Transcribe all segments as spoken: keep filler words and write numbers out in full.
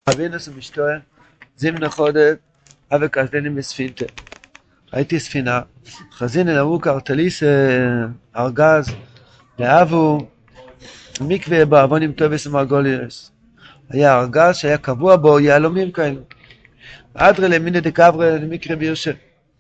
חבינוס ומשתועה, זימנה חודת, אבק אסדנים בספינתה. ראיתי ספינה, חזינן אמרו קרטליס ארגז, לאבו, מקווה בעוונים טובס ומרגולירס. היה ארגז שהיה קבוע בו יהלומים כאלו. אדרי למיני דקברי למקרה בירשה.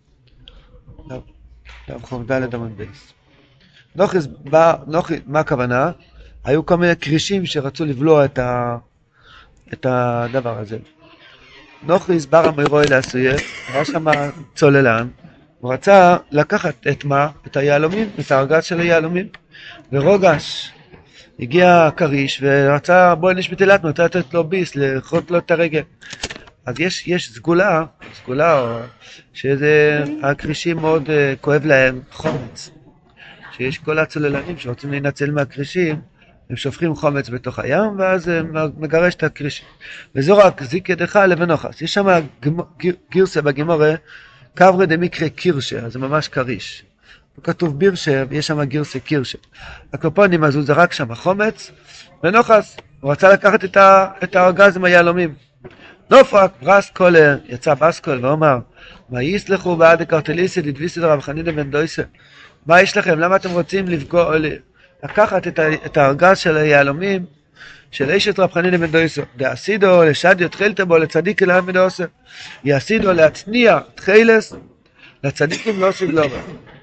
טוב, חוב ד' עמוד בייס. נוחס, מה הכוונה? היו כל מיני קרישים שרצו לבלוע את, ה, את הדבר הזה. נוחס בר המוירוי לעשויה, היה שם צוללן, הוא רצה לקחת את מה? את היהלומים, את הארגז של היהלומים. ורוגש, הגיע קריש ורצה, בואי נשמתי לטנו, רצה לתת לו ביס, לחרות לו את הרגל. אז יש, יש סגולה, סגולה, שזה, הקרישים מאוד uh, כואב להם חומץ. שיש כל הצוללנים שרוצים להינצל מהקרישים, הם שופכים חומץ בתוך הים, ואז הם מגרש את הקרישים. וזו רק זיקה דחה לבנוחס. יש שם גירסה בגימורה, קברה דמיקרה קירשה, אז זה ממש קריש. כתוב בירשה, ויש שם גירסה קירשה. הקופונים, אז הוא זרק שם חומץ, ונוחס, הוא רצה לקחת את, ה, את הארגז עם היהלומים. נופק, ברס קולר, יצא בסקול ואומר, מה יסלחו בעד הקרטליסט, לדביסת רב חנידה בן דויסה? מה יש לכם? למה אתם רוצים לפגוע, לקחת את, ה, את הארגז של היהלומים, של אישת רב חנידה בן דויסה? דעשידו, לשדיו, תחילת בו, לצדיק אלהם מדעושה. יעשידו להצניע תחילס, לצדיקים לא עושה גלובה.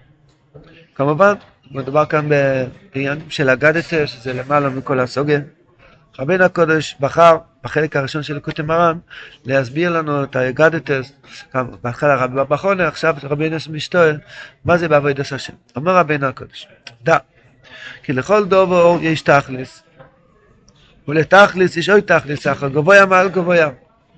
כמובן, מדובר כאן בעניינים של אגדתא, שזה למעלה מכל הסוגיה. רבינו הקודש בחר בחלק הראשון של ליקוטי מרן להסביר לנו את האגדתא, בהתחלה רבי בחונה, עכשיו רבינו משתועה, מה זה בעבודת השם. אומר רבינו הקודש, דע, כי לכל דובר יש תכלס, ולתכלס יש עוד תכלס אחר, גבוה מעל גבוה.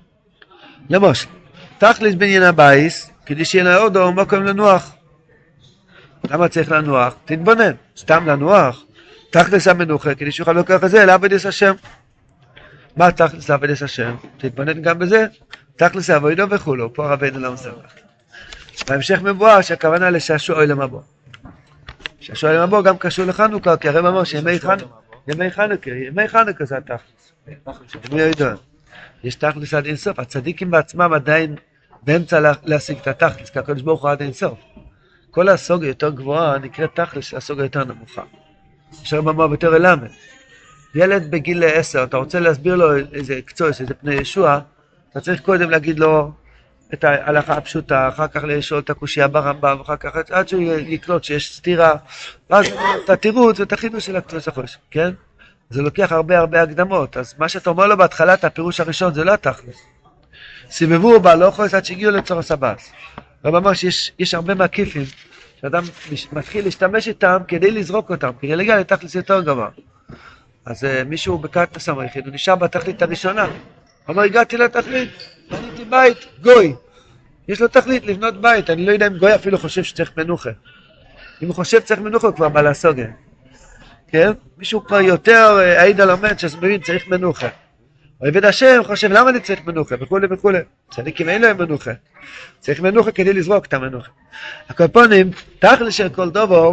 למשל, תכלס בעניין הבייס, כדי שיהיה לנו עוד או מקום לנוח. למה צריך לנוח? תתבונן, סתם לנוח. תכלס המנוחה, כדי שיוכל לקח את זה לעבודת השם. מה תכלס לעבודת השם? תתבונן גם בזה. תכלס עבודו וכולו, פה רבינו לא מסבך. בהמשך מבואר שהכוונה לשעשוע עולם הבא. שעשוע עולם הבא גם קשור לחנוכה, כי הרב אמר שימי חנוכה, ימי חנוכה, ימי חנוכה זה התכלס. מי יודע? יש תכלס עד אינסוף, הצדיקים בעצמם עדיין באמצע להשיג את התכלס, כי הקדוש ברוך הוא עד אינסוף. כל הסוגה יותר גבוהה נקראת תכלס, הסוגה יותר נמוכה. יש הרבה מאוד יותר אלמד. ילד בגיל עשר, אתה רוצה להסביר לו איזה קצוץ, איזה פני ישוע, אתה צריך קודם להגיד לו את ההלכה הפשוטה, אחר כך לשאול את הקושיה ברמב"ם, אחר כך עד שהוא יקלוט שיש סתירה, ואז את התירוץ ואת החידוש של הקצוץ החוש, כן? זה לוקח הרבה הרבה הקדמות, אז מה שאתה אומר לו בהתחלת הפירוש הראשון זה לא התכלס. סיבבו בהלוכות עד שהגיעו לצור הסבס. וממש יש, יש הרבה מקיפים שאדם מתחיל להשתמש איתם כדי לזרוק אותם, כדי להגיע לתכלס יותר גבוה. אז uh, מישהו בקעת הסמריכית, הוא נשאר בתכלית הראשונה. הוא אומר, הגעתי לתכלית, בניתי בית, גוי. יש לו תכלית לבנות בית, אני לא יודע אם גוי אפילו חושב שצריך מנוחה. אם הוא חושב שצריך מנוחה, הוא כבר בא לסוגה. כן? מישהו כבר יותר uh, העיד על עומד, שזה מבין צריך מנוחה. עובד השם חושב, למה אני צריך מנוחה? וכולי וכולי. צדיקים אין להם מנוחה. צריך מנוחה כדי לזרוק את המנוחה. הקופונים, תכלס של כל דובר,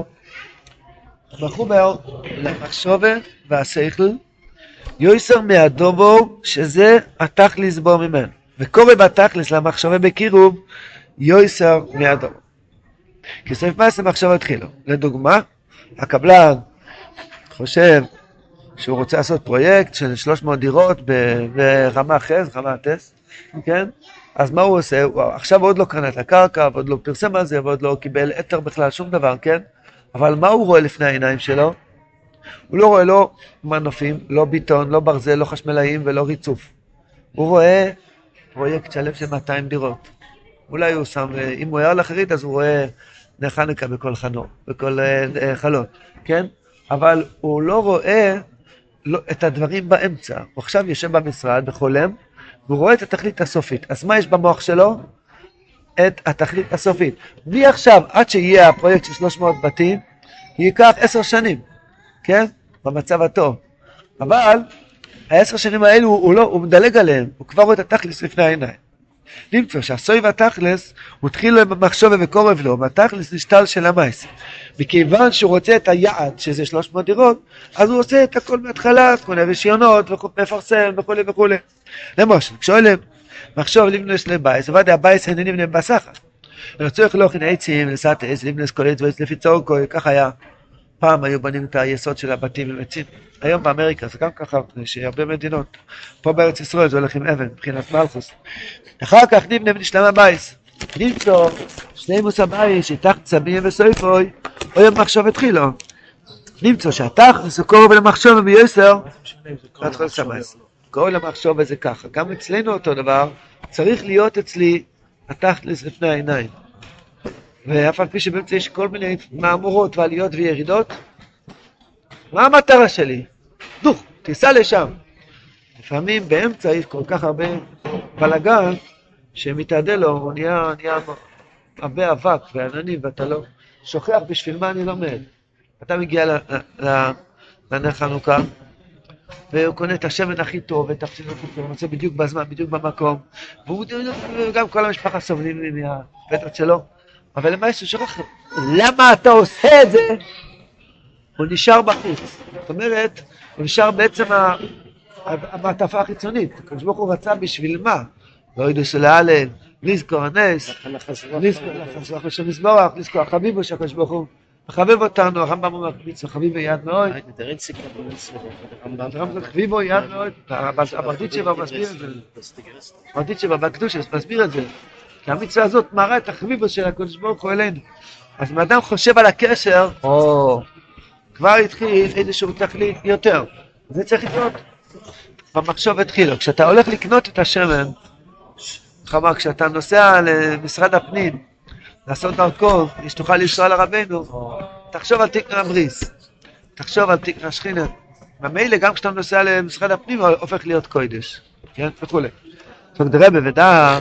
מחובר למחשבה והשכל, יויסר מהדובר, שזה התכלס בו ממנו. וקורא בתכלס למחשבה בקירוב, יויסר מהדובר. כי סוף מעשה מחשבה התחילו. לדוגמה, הקבלן חושב, שהוא רוצה לעשות פרויקט של שלוש מאות דירות ברמה חז, רמה טס, כן? אז מה הוא עושה? הוא עכשיו עוד לא קנה את הקרקע, ועוד לא פרסם על זה, ועוד לא קיבל אתר בכלל, שום דבר, כן? אבל מה הוא רואה לפני העיניים שלו? הוא לא רואה לא מנופים, לא ביטון, לא ברזל, לא חשמלאים ולא ריצוף. הוא רואה פרויקט שלם של מאתיים דירות. אולי הוא שם, אם הוא היה על אחרית, אז הוא רואה נחנקה בכל חנור, בכל uh, חלון, כן? אבל הוא לא רואה לא, את הדברים באמצע. הוא עכשיו יושב במשרד בחולם, והוא רואה את התכלית הסופית. אז מה יש במוח שלו? את התכלית הסופית. מעכשיו, עד שיהיה הפרויקט של שלוש מאות בתים, ייקח עשר שנים, כן? במצב הטוב. אבל, העשר שנים האלו, הוא, לא, הוא מדלג עליהם, הוא כבר רואה את התכלס לפני העיניים. נמצא שהסוי והתכלס, הוא התחיל לו במחשוב וקורב לו, והתכלס נשתל של המייס. מכיוון שהוא רוצה את היעד, שזה שלוש מאות דירות, אז הוא עושה את הכל מההתחלה, קונה רישיונות, ומפרסם וכו' וכו'. למשל, כשאולם מחשוב לבנוס לבייס, עבד הבייס הנה נבנה בסחר. ורצו לכלוכן עצים, לסעת עץ, לבנוס כל עץ ועץ לפי צורקוי, כך היה. פעם היו בנים את היסוד של הבתים עם עצים. היום באמריקה זה גם ככה, שהרבה מדינות. פה בארץ ישראל זה הולך עם אבן, מבחינת מלכוס. אחר כך נבנה ונשלם הבייס. נמצוא שלימוס הבייס, שתחת צבים וסויפוי, או יום מחשוב התחילו. נמצוא שהתכלס הוא קורא למחשוב וביוסר, קורא למחשוב וזה ככה. גם אצלנו אותו דבר, צריך להיות אצלי התכלס לפני העיניים. ואף על פי שבאמצע יש כל מיני מאמורות ועליות וירידות, מה המטרה שלי? דוך, תיסע לשם. לפעמים באמצע יש כל כך הרבה בלגן, שמתעדה לו, הוא נהיה, נהיה הרבה אבק ועננים, ואתה לא שוכח בשביל מה אני לומד. אתה מגיע לנר חנוכה, והוא קונה את השמן הכי טוב, ואת הפסינות הכי טוב, הוא מוצא בדיוק בזמן, בדיוק במקום, וגם כל המשפחה סובלים מהפטרת שלו. אבל למעשה הוא שוכח, למה אתה עושה את זה? הוא נשאר בחוץ. זאת אומרת, הוא נשאר בעצם המעטפה החיצונית. הקדוש ברוך הוא רצה בשביל מה? לא ידעו שלהלן, לזכור הנס, לזכור השם יזברך, לזכור החביבו שהקדוש ברוך הוא מחבב אותנו, הרמב"ם אומר, חביבו יד מאוד. הרמב"ם חביבו יד מאוד. הברדיצ'בה מסביר את זה. הברדיצ'בה בקדושה מסביר את זה. כי המצווה הזאת מראה את החביבו של הקדוש ברוך הוא אלינו. אז אם אדם חושב על הקשר, או כבר התחיל איזשהו תכלית יותר. זה צריך להיות במחשוב התחילו. כשאתה הולך לקנות את השמן, חמר, כשאתה נוסע למשרד הפנים, לעשות דרכון, שתוכל לנסוע לרבנו, תחשוב על תקנה בריס, תחשוב על תקנה שכינה. ממילא גם כשאתה נוסע למשרד הפנים, הוא הופך להיות קודש. כן? וכו'. זאת אומרת, רבי ודעה,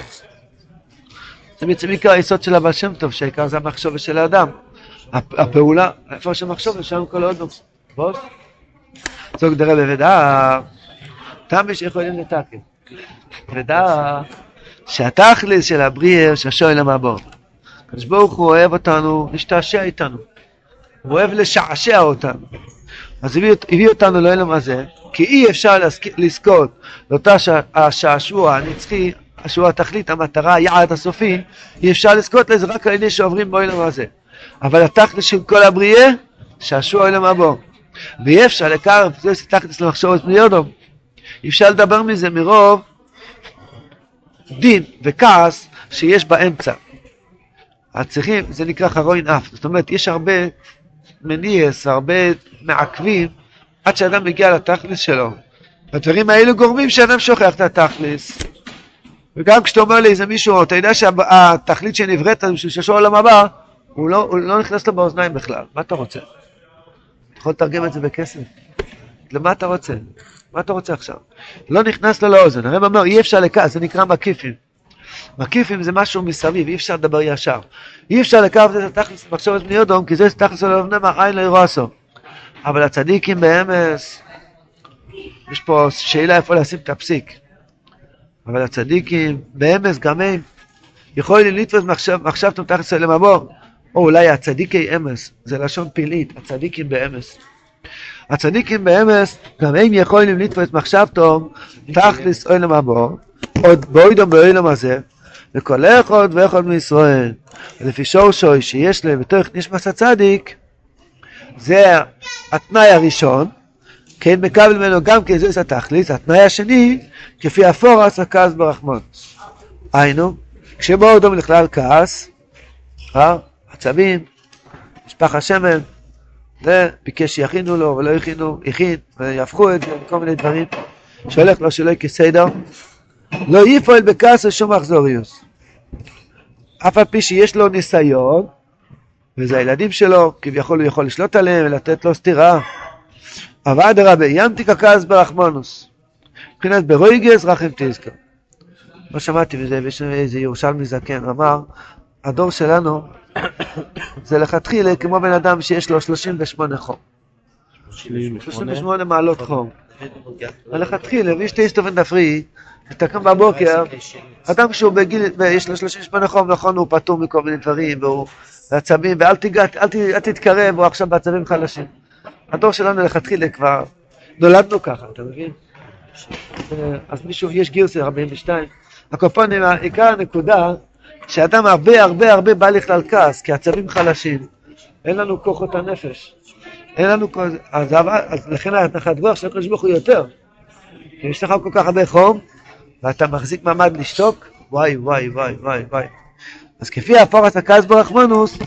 זה בעצם עיקר היסוד של הבעל שם טוב, שהעיקר זה המחשוב של האדם. הפעולה, איפה שמחשוב, שם כל עוד נוס. בוס? זאת אומרת, רבי ודעה, תמי שיכולים לתקן. ודעה, שהתכלס של הבריאה שהשוי למבוא. הקדוש ברוך הוא אוהב אותנו, להשתעשע איתנו. הוא אוהב לשעשע אותנו. אז הביא, הביא אותנו לעולם הזה, כי אי אפשר לזכות לאותה השעשוע הנצחי, שהוא התכלית, המטרה, היעד הסופי, אי אפשר לזכות לזה רק על ידי שעוברים בעולם הזה. אבל התכלס של כל הבריאה, שעשוע עולם הבא. ואי אפשר לקרב, זה תכלס למחשבות בני אדם. אי אפשר לדבר מזה מרוב דין וכעס שיש באמצע. צריכים, זה נקרא חרוין אף. זאת אומרת, יש הרבה מניאס, הרבה מעכבים, עד שאדם מגיע לתכלס שלו. הדברים האלו גורמים שאדם שוכח את התכלס. וגם כשאתה אומר לי איזה מישהו, אתה יודע שהתכלית שנבראת בשביל ששוע עולם הבא, הוא לא, הוא לא נכנס לו באוזניים בכלל. מה אתה רוצה? אתה יכול לתרגם את זה בכסף. למה אתה רוצה? מה אתה רוצה עכשיו? לא נכנס לו לאוזן. הרב אומר, אי אפשר לקרב, זה נקרא מקיפים. מקיפים זה משהו מסביב, אי אפשר לדבר ישר. אי אפשר לקרב את התכלס מחשבת בני אדם, כי זה תכלס על אבנמה, אין לא ירוא עשו. אבל הצדיקים באמס, יש פה שאלה איפה לשים את הפסיק. אבל הצדיקים באמס גם הם, יכולים לתפוס מחשבתם תכלס על המבוא, או אולי הצדיקי אמס, זה לשון פילית, הצדיקים באמס. הצדיקים באמס, גם הם יכולים לתפוס מחשבתם תכלס על המבוא, עוד בוידם בעולם הזה, וכל אחד ואחד מישראל, ולפי שורשוי שיש להם בתוך נשמת הצדיק, זה התנאי הראשון, כן מקבל ממנו גם כזוס התכלית. התנאי השני, כפי הפורס הכעס ברחמון. היינו, כשבו אדם לכלל כעס, עצבים, משפחה שמן, וביקש שיכינו לו ולא יכינו, יכין, ויהפכו את זה וכל מיני דברים, שהולך לו שלא כסדר, לא יפעל בכעס ושום מחזוריוס. אף על פי שיש לו ניסיון, וזה הילדים שלו, כביכול הוא יכול לשלוט עליהם ולתת לו סתירה. אבל אדרבה, ימתיק הכעס ברחמונוס. מבחינת ברויגס רחם תזכר. לא שמעתי מזה, ויש איזה ירושלמי זקן, אמר, הדור שלנו זה לכתחילה כמו בן אדם שיש לו שלושים ושמונה חום. שלושים ושמונה מעלות חום. לכתחילה, ויש תסתובן דפרי, אתה קם בבוקר, אדם כשהוא בגיל, יש לו שלושים ושמונה חום, נכון, הוא פטור מכל מיני דברים, והוא בעצבים, ואל תיגע, אל תתקרב, הוא עכשיו בעצבים חלשים. הדור שלנו לכתחילה כבר, נולדנו ככה, אתה מבין? אז מישהו, יש גירסה ארבעים ושתיים. הקופונים, העיקר הנקודה, שאדם הרבה הרבה הרבה בא לכלל כעס, כי עצבים חלשים. אין לנו כוחות הנפש. אין לנו כוח, אז, אז לכן הנחת רוח של הקדוש ברוך הוא יותר. כי יש לך כל כך הרבה חום, ואתה מחזיק מעמד לשתוק, וואי וואי וואי וואי וואי. אז כפי הפורס הכעס ברחמנוס,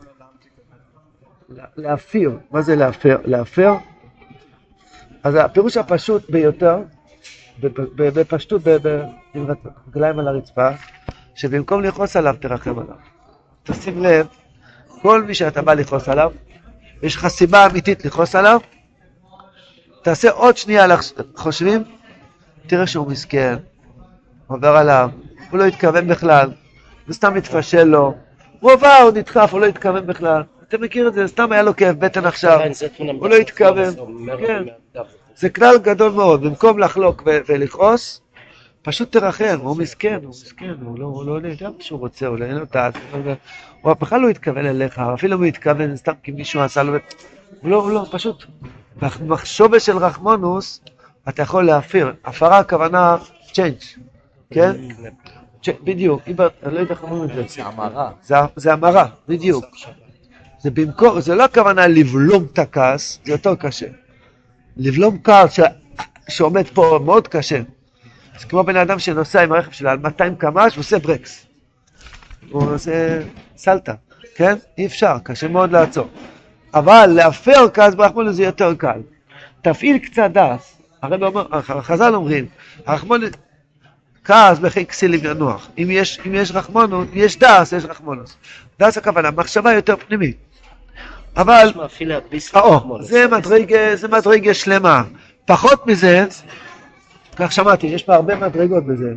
להפיר. מה זה להפיר? להפיר? אז הפירוש הפשוט ביותר, בפשטות, עם רגליים על הרצפה, שבמקום לכעוס עליו תרחם עליו. תשים לב, כל מי שאתה בא לכעוס עליו, יש לך סיבה אמיתית לכעוס עליו, תעשה עוד שנייה חושבים, תראה שהוא מסכן, עובר עליו, הוא לא התכוון בכלל, זה סתם מתפשל לו, הוא עבר, הוא נדחף, הוא לא התכוון בכלל. אתה מכיר את זה, סתם היה לו כאב בטן עכשיו, הוא לא התכוון. כן, זה כלל גדול מאוד, במקום לחלוק ולכעוס, פשוט תרחם, הוא מסכן, הוא מסכן, הוא לא, הוא לא יודע מה שהוא רוצה, הוא לא אין לו תעש, הוא בכלל לא התכוון אליך, אפילו הוא התכוון, סתם כי מישהו עשה לו, הוא לא, הוא לא, פשוט, במחשובה של רחמונוס, אתה יכול להפיר, הפרה הכוונה, change, כן? בדיוק, אני לא יודע איך אומרים את זה. זה המרה. זה המרה, בדיוק. זה במקום, זה לא הכוונה לבלום את הכעס, זה יותר קשה. לבלום כעס שעומד פה מאוד קשה. זה כמו בן אדם שנוסע עם הרכב שלו על מאתיים קמ"ש ועושה ברקס. הוא עושה סלטה, כן? אי אפשר, קשה מאוד לעצור. אבל להפר כעס ברחמונוס זה יותר קל. תפעיל קצת דס. הרי החז"ל אומרים, הרחמונוס, כעס בכי כסילים ינוח. אם יש, אם יש רחמונוס, יש דס, יש רחמונוס. דס הכוונה, מחשבה יותר פנימית. אבל, או, זה מדרגה, זה מדרגה שלמה. פחות מזה, כך שמעתי, יש פה הרבה מדרגות בזה.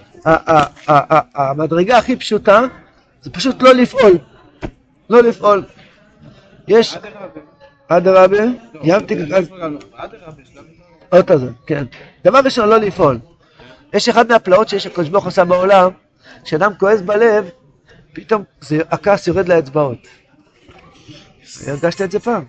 המדרגה הכי פשוטה, זה פשוט לא לפעול. לא לפעול. יש, עד הרבה, ימתי ככז, עוד הזה, כן. דבר ראשון, לא לפעול. יש אחד מהפלאות שיש הקדוש ברוך הוא עושה בעולם, כשאדם כועס בלב, פתאום הכעס יורד לאצבעות. הרגשת את זה פעם?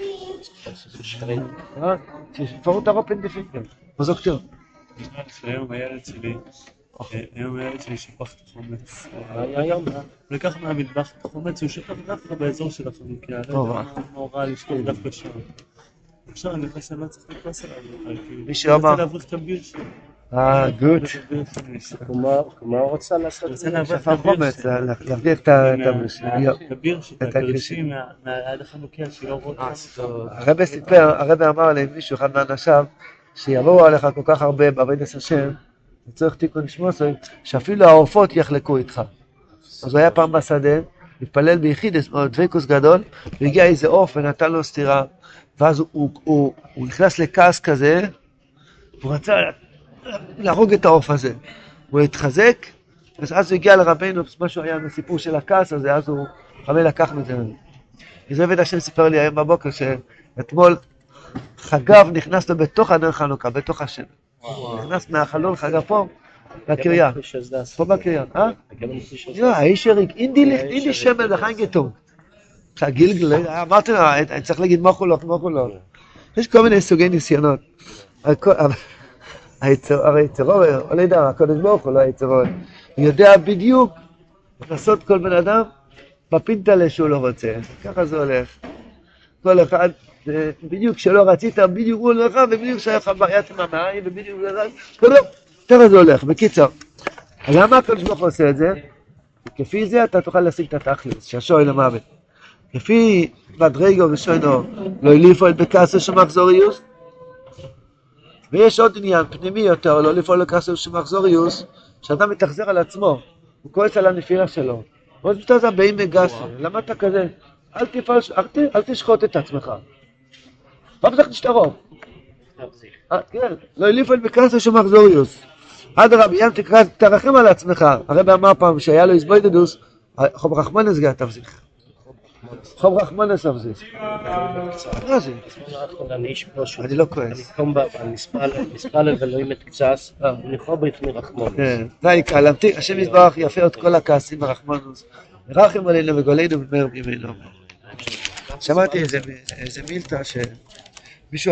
שפרו את הרופן בפינקר. מזוק טוב. היום הילד שלי, היום הילד שלי שפך את החומץ. היום, הוא לקח מהמטבח את החומץ, הוא שפך דווקא באזור של החנוכיה. הוא הוראה לשתות דווקא שם. עכשיו אני חושב שאני לא צריך לקוס עליו. מישהו אמר? אני רוצה להבריך את הביר שלי. אה, גוד. מה הוא רוצה לעשות? שפך חומץ, להבדיל את הביר שלי, את הגרשים מהיד החנוכיה שלא רוצה. הרב סיפר, הרב אמר להם מישהו, אחד מהאנשיו, שיבואו עליך כל כך הרבה בעבודת השם, צריך תיקון שמוסוי, שאפילו העופות יחלקו איתך. אז הוא היה פעם בשדה, מתפלל ביחידס, דבקוס גדול, והגיע איזה עוף ונתן לו סתירה, ואז הוא, הוא, הוא, הוא נכנס לכעס כזה, והוא רצה להרוג את העוף הזה. הוא התחזק, ואז הוא הגיע לרבנו, משהו היה בסיפור של הכעס הזה, אז הוא חמל לקח מזה. איזה עבד השם סיפר לי היום בבוקר, שאתמול חגב נכנס לו בתוך הנר חנוכה, בתוך השם. נכנס מהחלון חגב פה, בקריה. פה בקריה, אה? לא, האיש הריק, אינדי שמן לחיים גטום. גילגל, אמרתי לו, אני צריך להגיד מוכו לו, מוכו לו. יש כל מיני סוגי ניסיונות. הרי יצרו, לא יודע, הקודש ברוך הוא לא יצרו. הוא יודע בדיוק לעשות כל בן אדם בפינטלה שהוא לא רוצה. ככה זה הולך. כל אחד, בדיוק שלא רצית, בדיוק הוא הולך, ובדיוק שהיה לך בעיית עם המעיים, ובדיוק זה הולך. ככה זה הולך, בקיצור. למה הקודש ברוך הוא עושה את זה? כפי זה אתה תוכל להשיג את התכלס, שהשוי למוות. כפי מדרגו ושוינו, לא לפעול בכעס ושמחזוריוס. ויש עוד עניין פנימי יותר, לא לפעול בכעס ושמחזוריוס, שאדם מתחזר על עצמו, הוא כועס על הנפילה שלו. עוד משתה זה באים מגסו, למה אתה כזה? אל תפעל, אל תשחוט את עצמך. מה בטח תשתרוב? כן, לא לפעול בכעס ושמחזוריוס. עד הרבי ים תרחם על עצמך. הרבי אמר פעם שהיה לו איזבוידדוס, חוב רחמנס גאה תבזיך. חוב רחמנס תבזיך. מה זה? אני לא כועס. נספל ולואים את קצס, ונחוב את מרחמנוס. זה העיקר, להמתיק, השם יתברך יפה את כל הכעסים ברחמנוס. רחם עלינו וגולנו במהר בימינו. שמעתי איזה מילתא ש...